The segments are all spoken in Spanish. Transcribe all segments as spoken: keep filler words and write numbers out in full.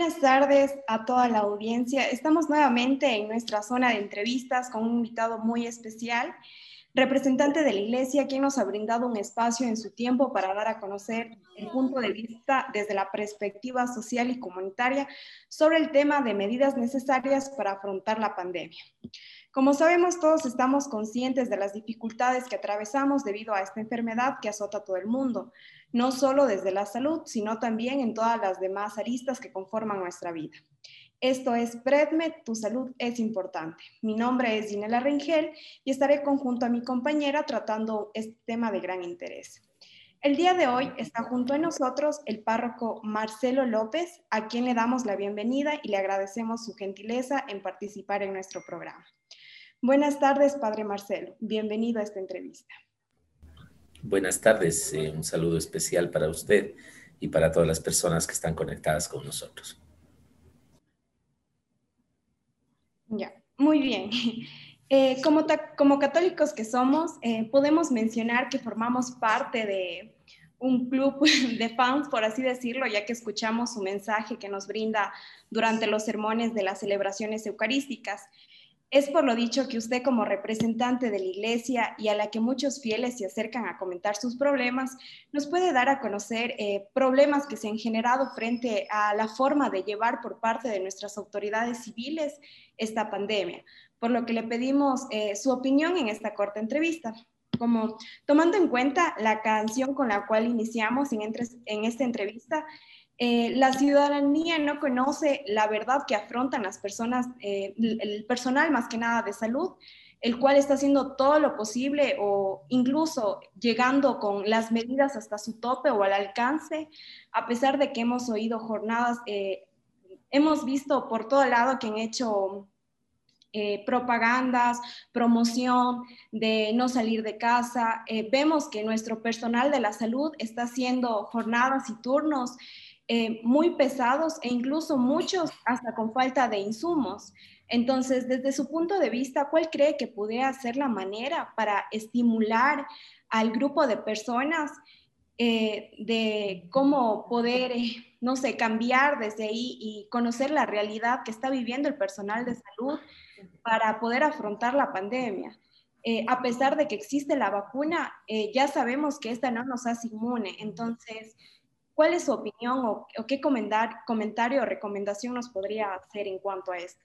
buenas tardes a toda la audiencia. Estamos nuevamente en nuestra zona de entrevistas con un invitado muy especial, representante de la Iglesia, quien nos ha brindado un espacio en su tiempo para dar a conocer el punto de vista desde la perspectiva social y comunitaria sobre el tema de medidas necesarias para afrontar la pandemia. Como sabemos, todos estamos conscientes de las dificultades que atravesamos debido a esta enfermedad que azota a todo el mundo, no solo desde la salud, sino también en todas las demás aristas que conforman nuestra vida. Esto es PredMed, tu salud es importante. Mi nombre es Ginela Rengel y estaré conjunto a mi compañera tratando este tema de gran interés. El día de hoy está junto a nosotros el párroco Marcelo López, a quien le damos la bienvenida y le agradecemos su gentileza en participar en nuestro programa. Buenas tardes, Padre Marcelo. Bienvenido a esta entrevista. Buenas tardes. Eh, un saludo especial para usted y para todas las personas que están conectadas con nosotros. Ya, muy bien. Eh, como, como católicos que somos, eh, podemos mencionar que formamos parte de un club de fans, por así decirlo, ya que escuchamos su mensaje que nos brinda durante los sermones de las celebraciones eucarísticas. Es por lo dicho que usted, como representante de la Iglesia y a la que muchos fieles se acercan a comentar sus problemas, nos puede dar a conocer eh, problemas que se han generado frente a la forma de llevar por parte de nuestras autoridades civiles esta pandemia, por lo que le pedimos eh, su opinión en esta corta entrevista. Como tomando en cuenta la canción con la cual iniciamos en, entre, en esta entrevista, Eh, la ciudadanía no conoce la verdad que afrontan las personas, eh, el personal más que nada de salud, el cual está haciendo todo lo posible o incluso llegando con las medidas hasta su tope o al alcance, a pesar de que hemos oído jornadas, eh, hemos visto por todo lado que han hecho Eh, propagandas, promoción de no salir de casa. Eh, vemos que nuestro personal de la salud está haciendo jornadas y turnos eh, muy pesados e incluso muchos hasta con falta de insumos. Entonces, desde su punto de vista, ¿cuál cree que pudiera ser la manera para estimular al grupo de personas eh, de cómo poder, eh, no sé, cambiar desde ahí y conocer la realidad que está viviendo el personal de salud para poder afrontar la pandemia? Eh, a pesar de que existe la vacuna, eh, ya sabemos que esta no nos hace inmune. Entonces, ¿cuál es su opinión o, o qué comentar, comentario o recomendación nos podría hacer en cuanto a esto?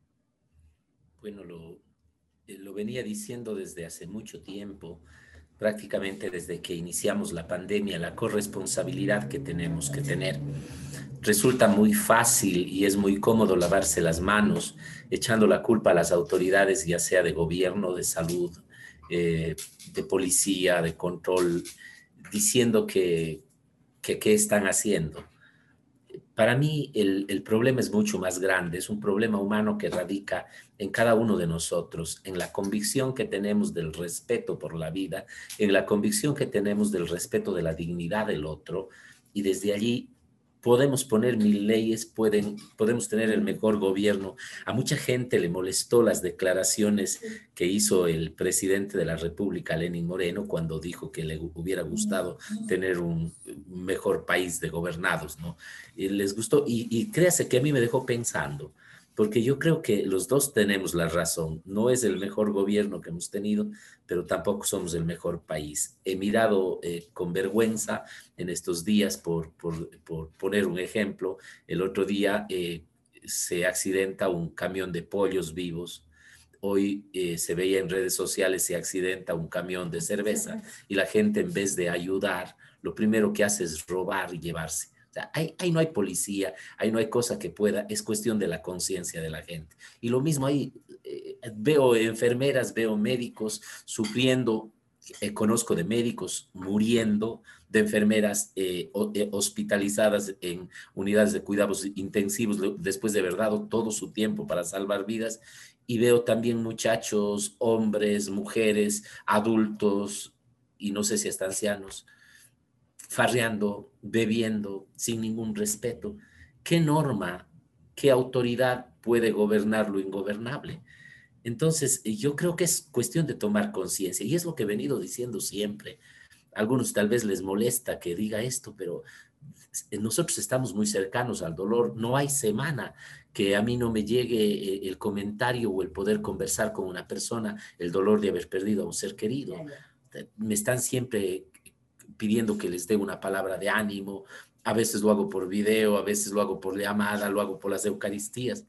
Bueno, lo, eh, lo venía diciendo desde hace mucho tiempo, prácticamente desde que iniciamos la pandemia, la corresponsabilidad que tenemos que tener. Resulta muy fácil y es muy cómodo lavarse las manos, echando la culpa a las autoridades, ya sea de gobierno, de salud, eh, de policía, de control, diciendo que, que qué están haciendo. Para mí el, el problema es mucho más grande, es un problema humano que radica en cada uno de nosotros, en la convicción que tenemos del respeto por la vida, en la convicción que tenemos del respeto de la dignidad del otro, y desde allí podemos poner mil leyes, pueden, podemos tener el mejor gobierno. A mucha gente le molestó las declaraciones que hizo el presidente de la República, Lenín Moreno, cuando dijo que le hubiera gustado tener un mejor país de gobernados, ¿no? Y les gustó, y, y créase que a mí me dejó pensando, porque yo creo que los dos tenemos la razón. No es el mejor gobierno que hemos tenido, pero tampoco somos el mejor país. He mirado eh, con vergüenza en estos días, por, por, por poner un ejemplo, el otro día eh, se accidenta un camión de pollos vivos. Hoy eh, se veía en redes sociales, se accidenta un camión de cerveza y la gente, en vez de ayudar, lo primero que hace es robar y llevarse. O sea, ahí, ahí no hay policía, ahí no hay cosa que pueda, es cuestión de la conciencia de la gente. Y lo mismo ahí, eh, veo enfermeras, veo médicos sufriendo, eh, conozco de médicos muriendo, de enfermeras eh, eh, hospitalizadas en unidades de cuidados intensivos después de haber dado todo su tiempo para salvar vidas. Y veo también muchachos, hombres, mujeres, adultos, y no sé si hasta ancianos, farreando, bebiendo, sin ningún respeto. ¿Qué norma, qué autoridad puede gobernar lo ingobernable? Entonces, yo creo que es cuestión de tomar conciencia, y es lo que he venido diciendo siempre. A algunos tal vez les molesta que diga esto, pero nosotros estamos muy cercanos al dolor. No hay semana que a mí no me llegue el comentario o el poder conversar con una persona, el dolor de haber perdido a un ser querido. Me están siempre pidiendo que les dé una palabra de ánimo. A veces lo hago por video, a veces lo hago por llamada, lo hago por las Eucaristías.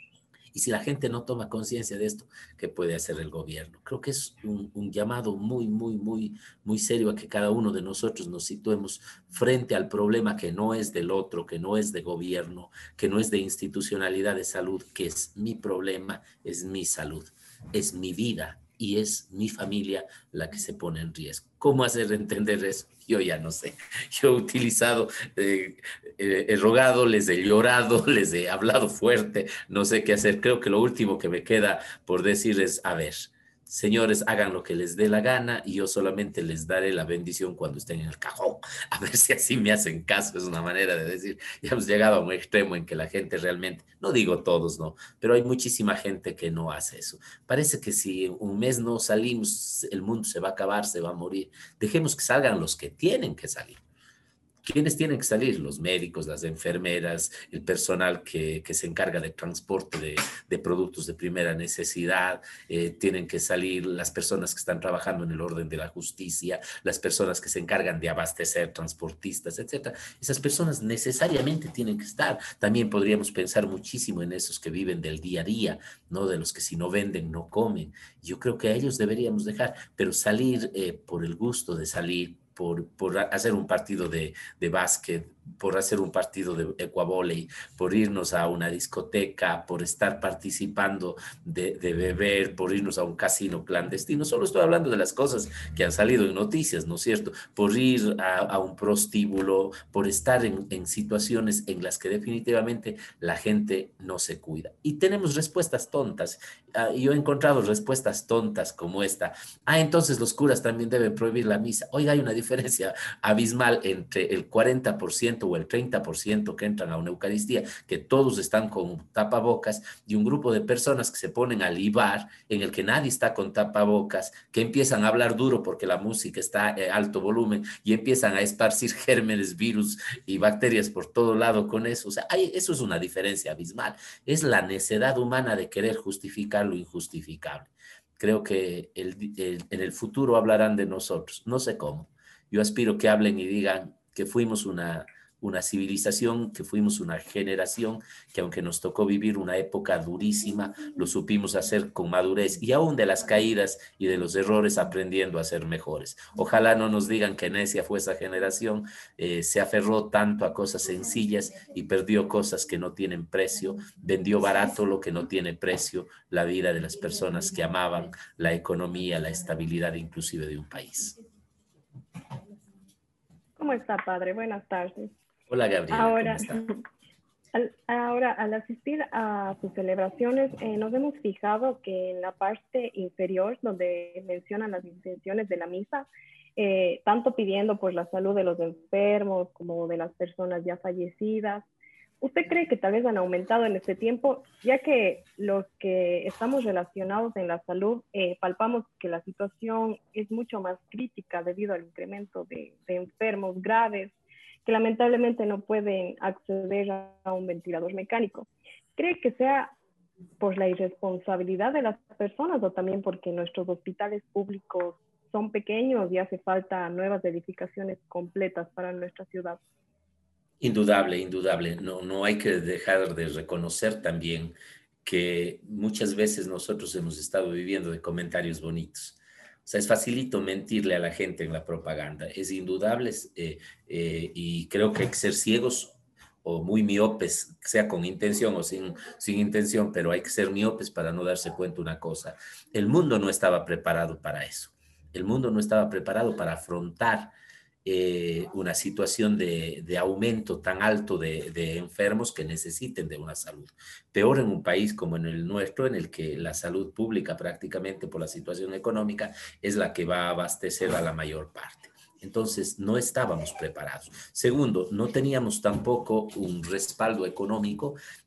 Y si la gente no toma conciencia de esto, ¿qué puede hacer el gobierno? Creo que es un, un llamado muy, muy, muy, muy serio a que cada uno de nosotros nos situemos frente al problema que no es del otro, que no es de gobierno, que no es de institucionalidad de salud, que es mi problema, es mi salud, es mi vida y es mi familia la que se pone en riesgo. ¿Cómo hacer entender eso? Yo ya no sé. Yo he utilizado, eh, eh, he rogado, les he llorado, les he hablado fuerte, no sé qué hacer. Creo que lo último que me queda por decir es, a ver, señores, hagan lo que les dé la gana y yo solamente les daré la bendición cuando estén en el cajón. A ver si así me hacen caso. Es una manera de decir, ya hemos llegado a un extremo en que la gente realmente, no digo todos, no, pero hay muchísima gente que no hace eso. Parece que si un mes no salimos, el mundo se va a acabar, se va a morir. Dejemos que salgan los que tienen que salir. ¿Quiénes tienen que salir? Los médicos, las enfermeras, el personal que, que se encarga del transporte de, de productos de primera necesidad, eh, tienen que salir las personas que están trabajando en el orden de la justicia, las personas que se encargan de abastecer, transportistas, etcétera. Esas personas necesariamente tienen que estar. También podríamos pensar muchísimo en esos que viven del día a día, ¿no? De los que si no venden, no comen. Yo creo que a ellos deberíamos dejar, pero salir eh, por el gusto de salir, Por, por hacer un partido de, de básquet, por hacer un partido de ecuavóley, por irnos a una discoteca, por estar participando de, de beber, por irnos a un casino clandestino. Solo estoy hablando de las cosas que han salido en noticias, ¿no es cierto? Por ir a, a un prostíbulo, por estar en, en situaciones en las que definitivamente la gente no se cuida. Y tenemos respuestas tontas. Uh, yo he encontrado respuestas tontas como esta. Ah, entonces los curas también deben prohibir la misa. Oiga, hay una diferencia abismal entre el cuarenta por ciento o el treinta por ciento que entran a una Eucaristía, que todos están con tapabocas, y un grupo de personas que se ponen a libar, en el que nadie está con tapabocas, que empiezan a hablar duro porque la música está a alto volumen y empiezan a esparcir gérmenes, virus y bacterias por todo lado con eso. O sea, hay, eso es una diferencia abismal. Es la necedad humana de querer justificar lo injustificable. Creo que el, el, en el futuro hablarán de nosotros, no sé cómo. Yo aspiro que hablen y digan que fuimos una, una civilización, que fuimos una generación, que aunque nos tocó vivir una época durísima, lo supimos hacer con madurez y aún de las caídas y de los errores aprendiendo a ser mejores. Ojalá no nos digan que necia fue esa generación, eh, se aferró tanto a cosas sencillas y perdió cosas que no tienen precio, vendió barato lo que no tiene precio, la vida de las personas que amaban, la economía, la estabilidad inclusive de un país. ¿Cómo está, padre? Buenas tardes. Hola, Gabriela, ahora, ¿cómo está? Al, ahora, al asistir a sus celebraciones, eh, nos hemos fijado que en la parte inferior, donde mencionan las intenciones de la misa, eh, tanto pidiendo por la salud de los enfermos como de las personas ya fallecidas, ¿usted cree que tal vez han aumentado en este tiempo, ya que los que estamos relacionados en la salud eh, palpamos que la situación es mucho más crítica debido al incremento de, de enfermos graves que lamentablemente no pueden acceder a un ventilador mecánico? ¿Cree que sea por la irresponsabilidad de las personas o también porque nuestros hospitales públicos son pequeños y hace falta nuevas edificaciones completas para nuestra ciudad? Indudable, indudable. No, no hay que dejar de reconocer también que muchas veces nosotros hemos estado viviendo de comentarios bonitos. O sea, es facilito mentirle a la gente en la propaganda. Es indudable eh, eh, y creo que hay que ser ciegos o muy miopes, sea con intención o sin, sin intención, pero hay que ser miopes para no darse cuenta una cosa. El mundo no estaba preparado para eso. El mundo no estaba preparado para afrontar Eh, una situación de, de aumento tan alto de, de enfermos que necesiten de una salud. Peor en un país como en el nuestro, en el que la salud pública prácticamente por la situación económica es la que va a abastecer a la mayor parte. Entonces, no estábamos preparados. Segundo, no teníamos tampoco un respaldo económico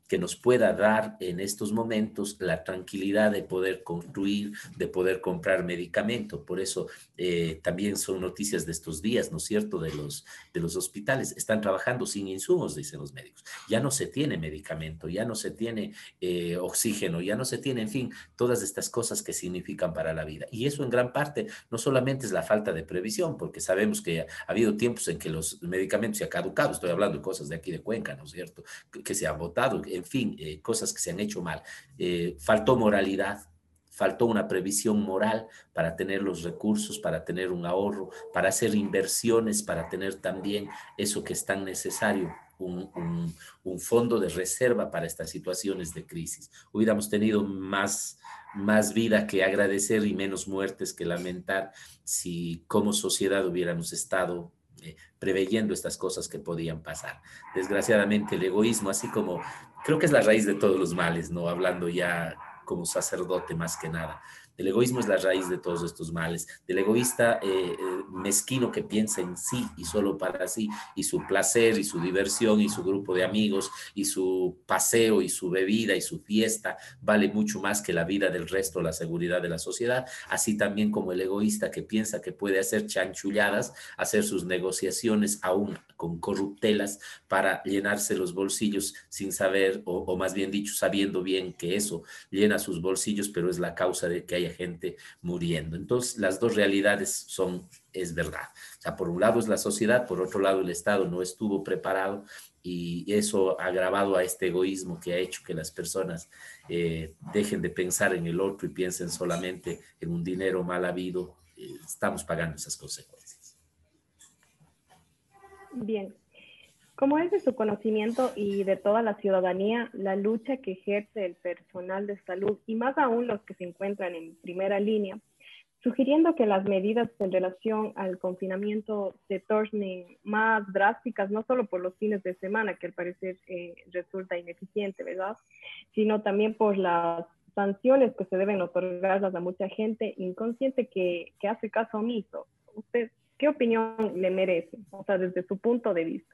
que nos pueda dar en estos momentos la tranquilidad de poder construir, de poder comprar medicamento. Por eso eh, también son noticias de estos días, ¿no es cierto?, de los, de los hospitales. Están trabajando sin insumos, dicen los médicos. Ya no se tiene medicamento, ya no se tiene eh, oxígeno, ya no se tiene, en fin, todas estas cosas que significan para la vida. Y eso en gran parte no solamente es la falta de previsión, porque sabemos que ha habido tiempos en que los medicamentos se han caducado, estoy hablando de cosas de aquí de Cuenca, ¿no es cierto?, que, que se han botado, en fin, eh, cosas que se han hecho mal. Eh, faltó moralidad, faltó una previsión moral para tener los recursos, para tener un ahorro, para hacer inversiones, para tener también eso que es tan necesario, un, un, un fondo de reserva para estas situaciones de crisis. Hubiéramos tenido más, más vida que agradecer y menos muertes que lamentar si como sociedad hubiéramos estado eh, preveyendo estas cosas que podían pasar. Desgraciadamente el egoísmo, así como creo que es la raíz de todos los males, ¿no? Hablando ya como sacerdote más que nada. El egoísmo es la raíz de todos estos males, del egoísta eh, eh, mezquino que piensa en sí y solo para sí, y su placer y su diversión y su grupo de amigos y su paseo y su bebida y su fiesta vale mucho más que la vida del resto, la seguridad de la sociedad, así también como el egoísta que piensa que puede hacer chanchulladas, hacer sus negociaciones aún con corruptelas para llenarse los bolsillos sin saber, o, o más bien dicho, sabiendo bien que eso llena sus bolsillos, pero es la causa de que haya gente muriendo. Entonces, las dos realidades son, es verdad. O sea, por un lado es la sociedad, por otro lado el Estado no estuvo preparado y eso ha agravado a este egoísmo que ha hecho que las personas eh, dejen de pensar en el otro y piensen solamente en un dinero mal habido. Eh, estamos pagando esas consecuencias. Bien. ¿Cómo es de su conocimiento y de toda la ciudadanía la lucha que ejerce el personal de salud y más aún los que se encuentran en primera línea, sugiriendo que las medidas en relación al confinamiento se tornen más drásticas, no solo por los fines de semana, que al parecer eh, resulta ineficiente, ¿verdad?, sino también por las sanciones que se deben otorgarlas a mucha gente inconsciente que, que hace caso omiso? ¿Usted qué opinión le merece? O sea, desde su punto de vista.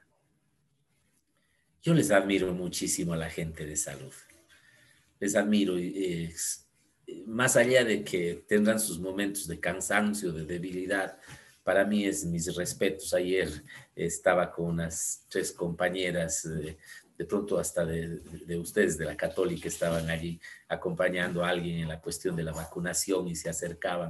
Yo les admiro muchísimo a la gente de salud. Les admiro, eh, más allá de que tendrán sus momentos de cansancio, de debilidad. Para mí es mis respetos. Ayer estaba con unas tres compañeras, eh, de pronto hasta de, de ustedes, de la Católica, estaban allí acompañando a alguien en la cuestión de la vacunación y se acercaban.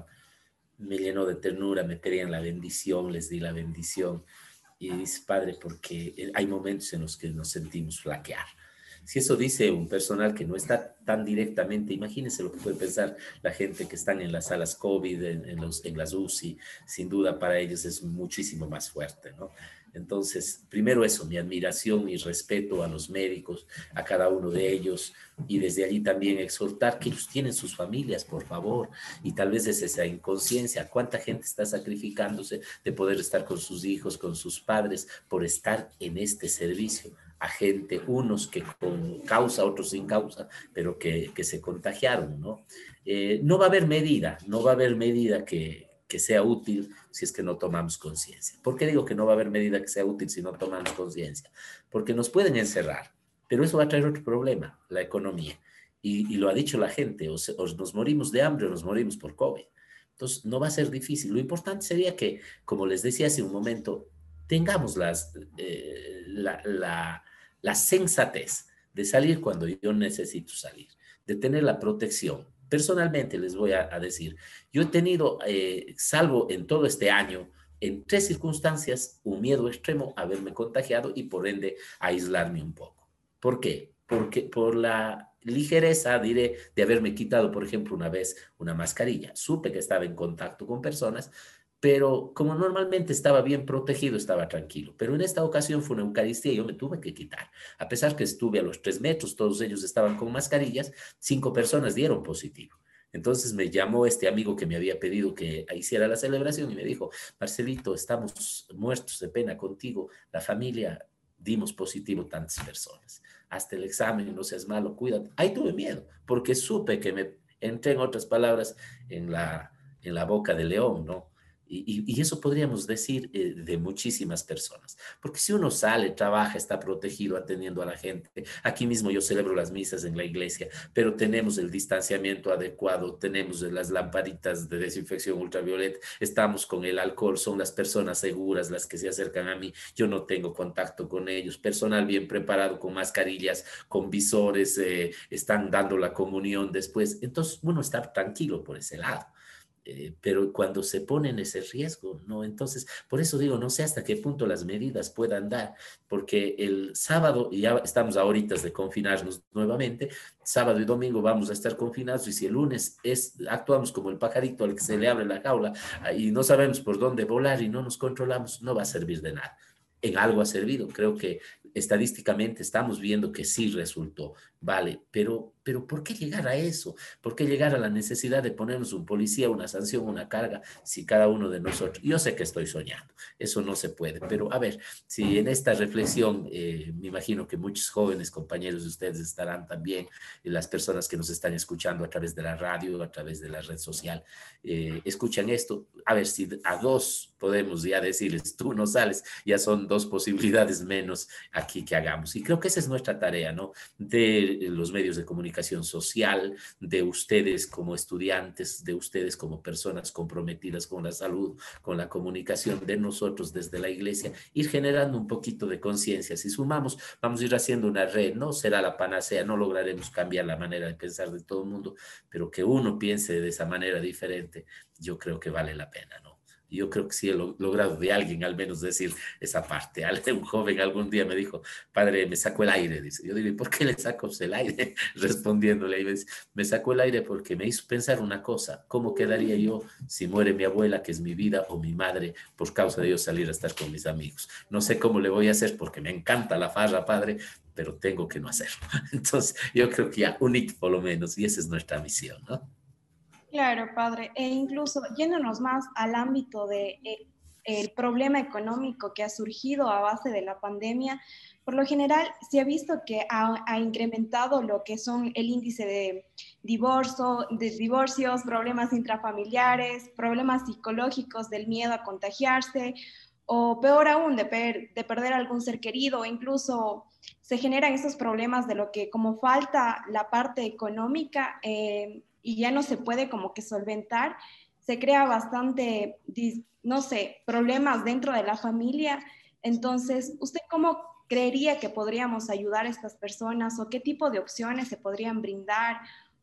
Me llenó de ternura, me pedían la bendición, les di la bendición. Y dice, padre, porque hay momentos en los que nos sentimos flaquear. Si eso dice un personal que no está tan directamente, imagínense lo que puede pensar la gente que están en las salas COVID, en, en, los, en las U C I, sin duda para ellos es muchísimo más fuerte, ¿no? Entonces, primero eso, mi admiración y respeto a los médicos, a cada uno de ellos, y desde allí también exhortar que ellos tienen sus familias, por favor, y tal vez es esa inconsciencia, cuánta gente está sacrificándose de poder estar con sus hijos, con sus padres, por estar en este servicio, a gente, unos que con causa, otros sin causa, pero que, que se contagiaron, ¿no? Eh, no va a haber medida, no va a haber medida que que sea útil si es que no tomamos conciencia. ¿Por qué digo que no va a haber medida que sea útil si no tomamos conciencia? Porque nos pueden encerrar, pero eso va a traer otro problema, la economía. Y, y lo ha dicho la gente, o, se, o nos morimos de hambre o nos morimos por COVID. Entonces, no va a ser difícil. Lo importante sería que, como les decía hace un momento, tengamos las, eh, la, la, la sensatez de salir cuando yo necesito salir, de tener la protección. Personalmente les voy a, a decir, yo he tenido, eh, salvo en todo este año, en tres circunstancias, un miedo extremo a haberme contagiado y por ende a aislarme un poco. ¿Por qué? Porque por la ligereza, diré, de haberme quitado, por ejemplo, una vez una mascarilla. Supe que estaba en contacto con personas, pero como normalmente estaba bien protegido, estaba tranquilo. Pero en esta ocasión fue una Eucaristía y yo me tuve que quitar. A pesar que estuve a los tres metros, todos ellos estaban con mascarillas, cinco personas dieron positivo. Entonces me llamó este amigo que me había pedido que hiciera la celebración y me dijo, Marcelito, estamos muertos de pena contigo, la familia dimos positivo tantas personas. Hasta el examen, no seas malo, cuídate. Ahí tuve miedo, porque supe que me entré, en otras palabras, en la, en la boca del león, ¿no? Y, y, y eso podríamos decir eh, de muchísimas personas, porque si uno sale, trabaja, está protegido atendiendo a la gente, aquí mismo yo celebro las misas en la iglesia, pero tenemos el distanciamiento adecuado, tenemos las lamparitas de desinfección ultravioleta, estamos con el alcohol, son las personas seguras las que se acercan a mí, yo no tengo contacto con ellos, personal bien preparado con mascarillas, con visores, eh, están dando la comunión después, entonces uno está tranquilo por ese lado. Eh, pero cuando se pone en ese riesgo, ¿no? Entonces, por eso digo, no sé hasta qué punto las medidas puedan dar, porque el sábado, y ya estamos ahorita de confinarnos nuevamente, sábado y domingo vamos a estar confinados, y si el lunes es, actuamos como el pajarito al que se le abre la jaula y no sabemos por dónde volar y no nos controlamos, no va a servir de nada. En algo ha servido, creo que estadísticamente estamos viendo que sí resultó, vale, pero, pero ¿por qué llegar a eso? ¿Por qué llegar a la necesidad de ponernos un policía, una sanción, una carga, si cada uno de nosotros, yo sé que estoy soñando, eso no se puede, pero a ver, si en esta reflexión, eh, me imagino que muchos jóvenes compañeros de ustedes estarán también, eh, las personas que nos están escuchando a través de la radio, a través de la red social, eh, escuchan esto, a ver si a dos podemos ya decirles, tú no sales, ya son dos posibilidades menos aquí que hagamos. Y creo que esa es nuestra tarea, ¿no? De los medios de comunicación social, de ustedes como estudiantes, de ustedes como personas comprometidas con la salud, con la comunicación, de nosotros desde la iglesia, ir generando un poquito de conciencia. Si sumamos, vamos a ir haciendo una red, no será la panacea, no lograremos cambiar la manera de pensar de todo el mundo, pero que uno piense de esa manera diferente, yo creo que vale la pena, ¿no? Yo creo que sí he logrado de alguien al menos decir esa parte. Un joven algún día me dijo, padre, me sacó el aire, dice. Yo digo, ¿y por qué le saco el aire? Respondiéndole, y me dice, me sacó el aire porque me hizo pensar una cosa, ¿cómo quedaría yo si muere mi abuela, que es mi vida, o mi madre, por causa de yo salir a estar con mis amigos? No sé cómo le voy a hacer porque me encanta la farra, padre, pero tengo que no hacerlo. Entonces, yo creo que ya un hito por lo menos, y esa es nuestra misión, ¿no? Claro, padre. E incluso yéndonos más al ámbito de eh, el problema económico que ha surgido a base de la pandemia, por lo general se ha visto que ha, ha incrementado lo que son el índice de divorcio, de divorcios, problemas intrafamiliares, problemas psicológicos del miedo a contagiarse, o peor aún, de, per, de perder algún ser querido, o incluso se generan esos problemas de lo que como falta la parte económica, eh, y ya no se puede como que solventar, se crea bastante, no sé, problemas dentro de la familia. Entonces, ¿usted cómo creería que podríamos ayudar a estas personas, o qué tipo de opciones se podrían brindar,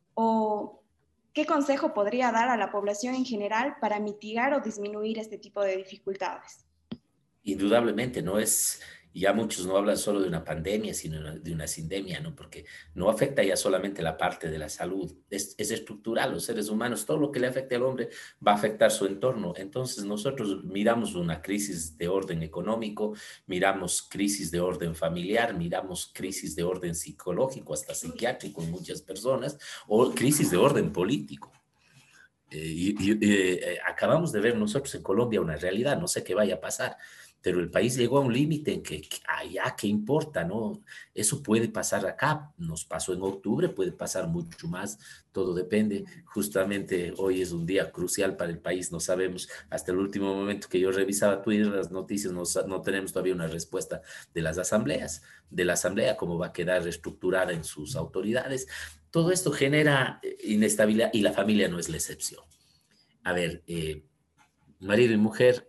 o qué consejo podría dar a la población en general para mitigar o disminuir este tipo de dificultades? Indudablemente, no es, ya muchos no hablan solo de una pandemia, sino de una sindemia, ¿no? Porque no afecta ya solamente la parte de la salud, es, es estructural, los seres humanos, todo lo que le afecte al hombre va a afectar su entorno. Entonces nosotros miramos una crisis de orden económico, miramos crisis de orden familiar, miramos crisis de orden psicológico, hasta psiquiátrico en muchas personas, o crisis de orden político. Eh, y, y eh, acabamos de ver nosotros en Colombia una realidad, no sé qué vaya a pasar, pero el país llegó a un límite en que, que allá, ¿qué importa, no? Eso puede pasar acá, nos pasó en octubre, puede pasar mucho más, todo depende. Justamente hoy es un día crucial para el país, no sabemos, hasta el último momento que yo revisaba Twitter, las noticias, no, no tenemos todavía una respuesta de las asambleas, de la asamblea, cómo va a quedar reestructurada en sus autoridades. Todo esto genera inestabilidad y la familia no es la excepción. A ver, eh, marido y mujer,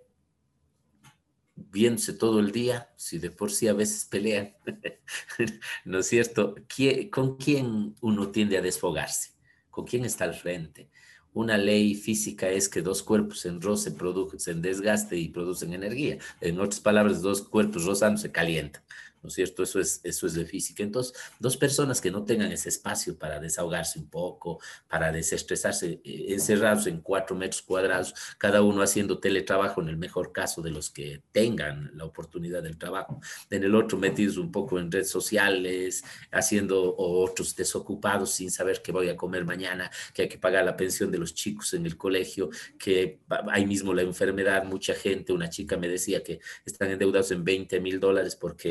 viéndose todo el día, si de por sí a veces pelean, ¿no es cierto? ¿Con quién uno tiende a desfogarse? ¿Con quién está al frente? Una ley física es que dos cuerpos en roce producen desgaste y producen energía. En otras palabras, dos cuerpos rozando se calientan, ¿no es cierto? Eso es, eso es de física. Entonces, dos personas que no tengan ese espacio para desahogarse un poco, para desestresarse, eh, encerrados en cuatro metros cuadrados, cada uno haciendo teletrabajo en el mejor caso de los que tengan la oportunidad del trabajo, en el otro metidos un poco en redes sociales, haciendo otros desocupados sin saber qué voy a comer mañana, que hay que pagar la pensión de los chicos en el colegio, que ahí mismo la enfermedad, mucha gente, una chica me decía que están endeudados en veinte mil dólares porque uno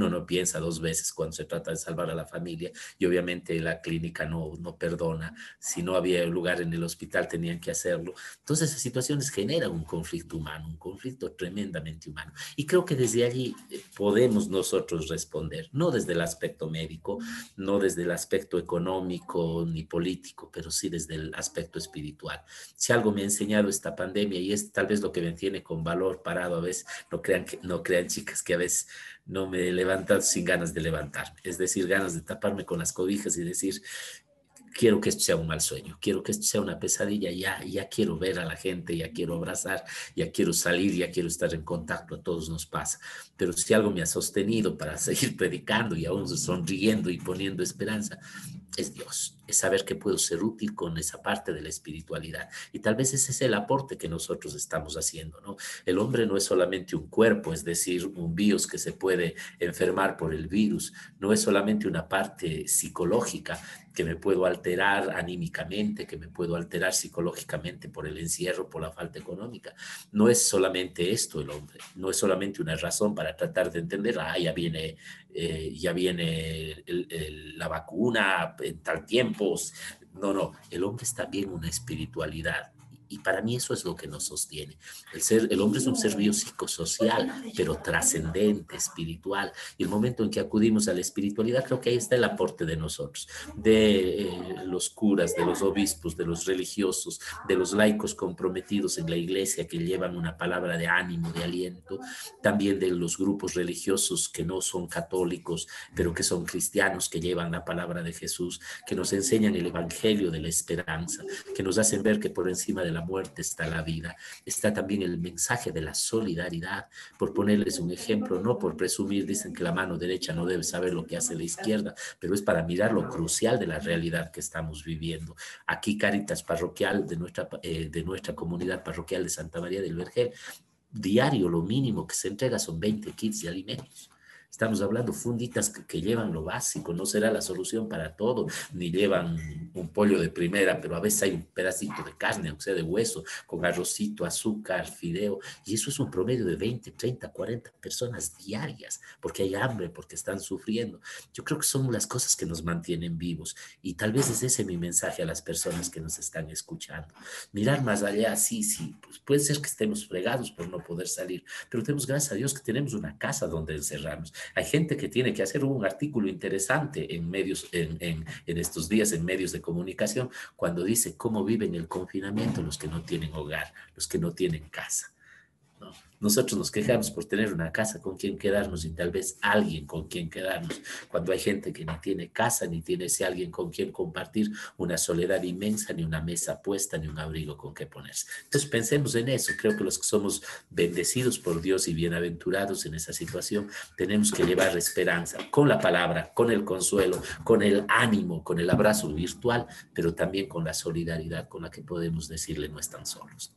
uno no piensa dos veces cuando se trata de salvar a la familia, y obviamente la clínica no, no perdona. Si no había lugar en el hospital tenían que hacerlo. Entonces esas situaciones generan un conflicto humano, un conflicto tremendamente humano. Y creo que desde allí podemos nosotros responder, no desde el aspecto médico, no desde el aspecto económico ni político, pero sí desde el aspecto espiritual. Si algo me ha enseñado esta pandemia, y es tal vez lo que me tiene con valor parado a veces, no crean, que, no crean chicas que a veces no me he levantado sin ganas de levantarme, es decir, ganas de taparme con las cobijas y decir, quiero que esto sea un mal sueño, quiero que esto sea una pesadilla, ya, ya quiero ver a la gente, ya quiero abrazar, ya quiero salir, ya quiero estar en contacto, a todos nos pasa. Pero si algo me ha sostenido para seguir predicando y aún sonriendo y poniendo esperanza, es Dios, es saber que puedo ser útil con esa parte de la espiritualidad. Y tal vez ese es el aporte que nosotros estamos haciendo, ¿no? El hombre no es solamente un cuerpo, es decir, un bios que se puede enfermar por el virus, no es solamente una parte psicológica, que me puedo alterar anímicamente, que me puedo alterar psicológicamente por el encierro, por la falta económica. No es solamente esto el hombre, no es solamente una razón para tratar de entender, ah, ya viene, eh, ya viene el, el, la vacuna en tal tiempo. No, no, el hombre es también una espiritualidad. Y para mí eso es lo que nos sostiene. El, ser, el hombre es un ser biopsicosocial, pero trascendente, espiritual. Y el momento en que acudimos a la espiritualidad, creo que ahí está el aporte de nosotros, de eh, los curas, de los obispos, de los religiosos, de los laicos comprometidos en la iglesia que llevan una palabra de ánimo, de aliento, también de los grupos religiosos que no son católicos, pero que son cristianos, que llevan la palabra de Jesús, que nos enseñan el evangelio de la esperanza, que nos hacen ver que por encima de la muerte está la vida. Está también el mensaje de la solidaridad. Por ponerles un ejemplo, no por presumir, dicen que la mano derecha no debe saber lo que hace la izquierda, pero es para mirar lo crucial de la realidad que estamos viviendo. Aquí Cáritas Parroquial de nuestra, eh, de nuestra comunidad parroquial de Santa María del Vergel, diario lo mínimo que se entrega son veinte kits de alimentos. Estamos hablando funditas que, que llevan lo básico, no será la solución para todo, ni llevan un pollo de primera, pero a veces hay un pedacito de carne, aunque sea de hueso, con arrocito, azúcar, fideo, y eso es un promedio de veinte, treinta, cuarenta personas diarias, porque hay hambre, porque están sufriendo. Yo creo que son las cosas que nos mantienen vivos, y tal vez es ese mi mensaje a las personas que nos están escuchando. Mirar más allá, sí, sí, pues puede ser que estemos fregados por no poder salir, pero tenemos, gracias a Dios, que tenemos una casa donde encerrarnos. Hay gente que tiene que hacer un artículo interesante en medios, en, en, en estos días, en medios de comunicación, cuando dice cómo viven el confinamiento los que no tienen hogar, los que no tienen casa, ¿no? Nosotros nos quejamos por tener una casa con quien quedarnos y tal vez alguien con quien quedarnos, cuando hay gente que ni tiene casa, ni tiene ese alguien con quien compartir una soledad inmensa, ni una mesa puesta, ni un abrigo con que ponerse. Entonces pensemos en eso. Creo que los que somos bendecidos por Dios y bienaventurados en esa situación, tenemos que llevar esperanza con la palabra, con el consuelo, con el ánimo, con el abrazo virtual, pero también con la solidaridad con la que podemos decirle no están solos.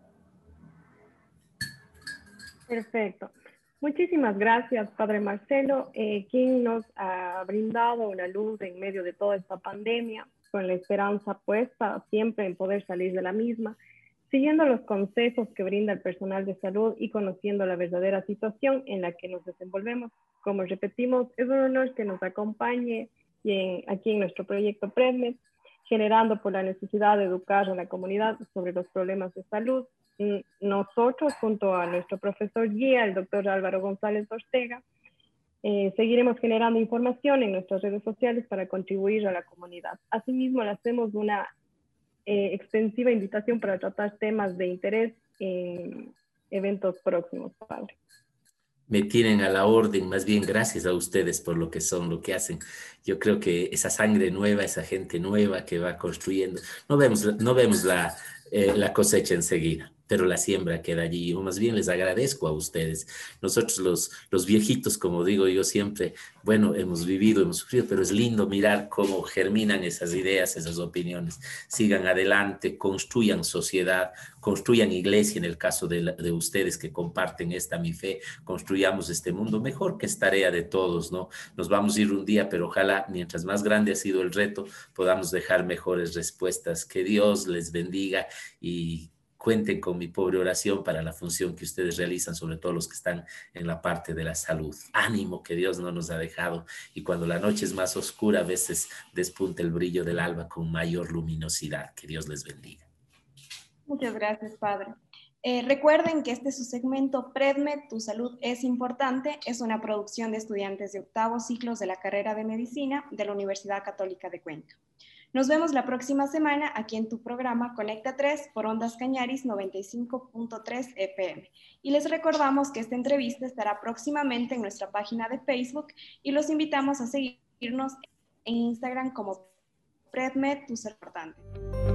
Perfecto. Muchísimas gracias, Padre Marcelo, eh, quien nos ha brindado una luz en medio de toda esta pandemia, con la esperanza puesta siempre en poder salir de la misma, siguiendo los consejos que brinda el personal de salud y conociendo la verdadera situación en la que nos desenvolvemos. Como repetimos, es un honor que nos acompañe y en, aquí en nuestro proyecto PREDMED, generando por la necesidad de educar a la comunidad sobre los problemas de salud. Nosotros, junto a nuestro profesor guía, el doctor Álvaro González Ortega, eh, seguiremos generando información en nuestras redes sociales para contribuir a la comunidad. Asimismo, le hacemos una eh, extensiva invitación para tratar temas de interés en eventos próximos, padre. Me tienen a la orden, más bien gracias a ustedes por lo que son, lo que hacen. Yo creo que esa sangre nueva, esa gente nueva que va construyendo, no vemos, no vemos la, eh, la cosecha enseguida, pero la siembra queda allí. O más bien les agradezco a ustedes. Nosotros los, los viejitos, como digo yo siempre, bueno, hemos vivido, hemos sufrido, pero es lindo mirar cómo germinan esas ideas, esas opiniones. Sigan adelante, construyan sociedad, construyan iglesia en el caso de, la, de ustedes que comparten esta mi fe, construyamos este mundo mejor, que es tarea de todos, ¿no? Nos vamos a ir un día, pero ojalá, mientras más grande ha sido el reto, podamos dejar mejores respuestas. Que Dios les bendiga y cuenten con mi pobre oración para la función que ustedes realizan, sobre todo los que están en la parte de la salud. Ánimo, que Dios no nos ha dejado, y cuando la noche es más oscura, a veces despunta el brillo del alba con mayor luminosidad. Que Dios les bendiga. Muchas gracias, Padre. Eh, recuerden que este es su segmento PredMed, Tu Salud es Importante. Es una producción de estudiantes de octavos ciclos de la carrera de Medicina de la Universidad Católica de Cuenca. Nos vemos la próxima semana aquí en tu programa Conecta tres por Ondas Cañaris noventa y cinco punto tres F M. Y les recordamos que esta entrevista estará próximamente en nuestra página de Facebook y los invitamos a seguirnos en Instagram como PredMed, Tu Salud es Importante.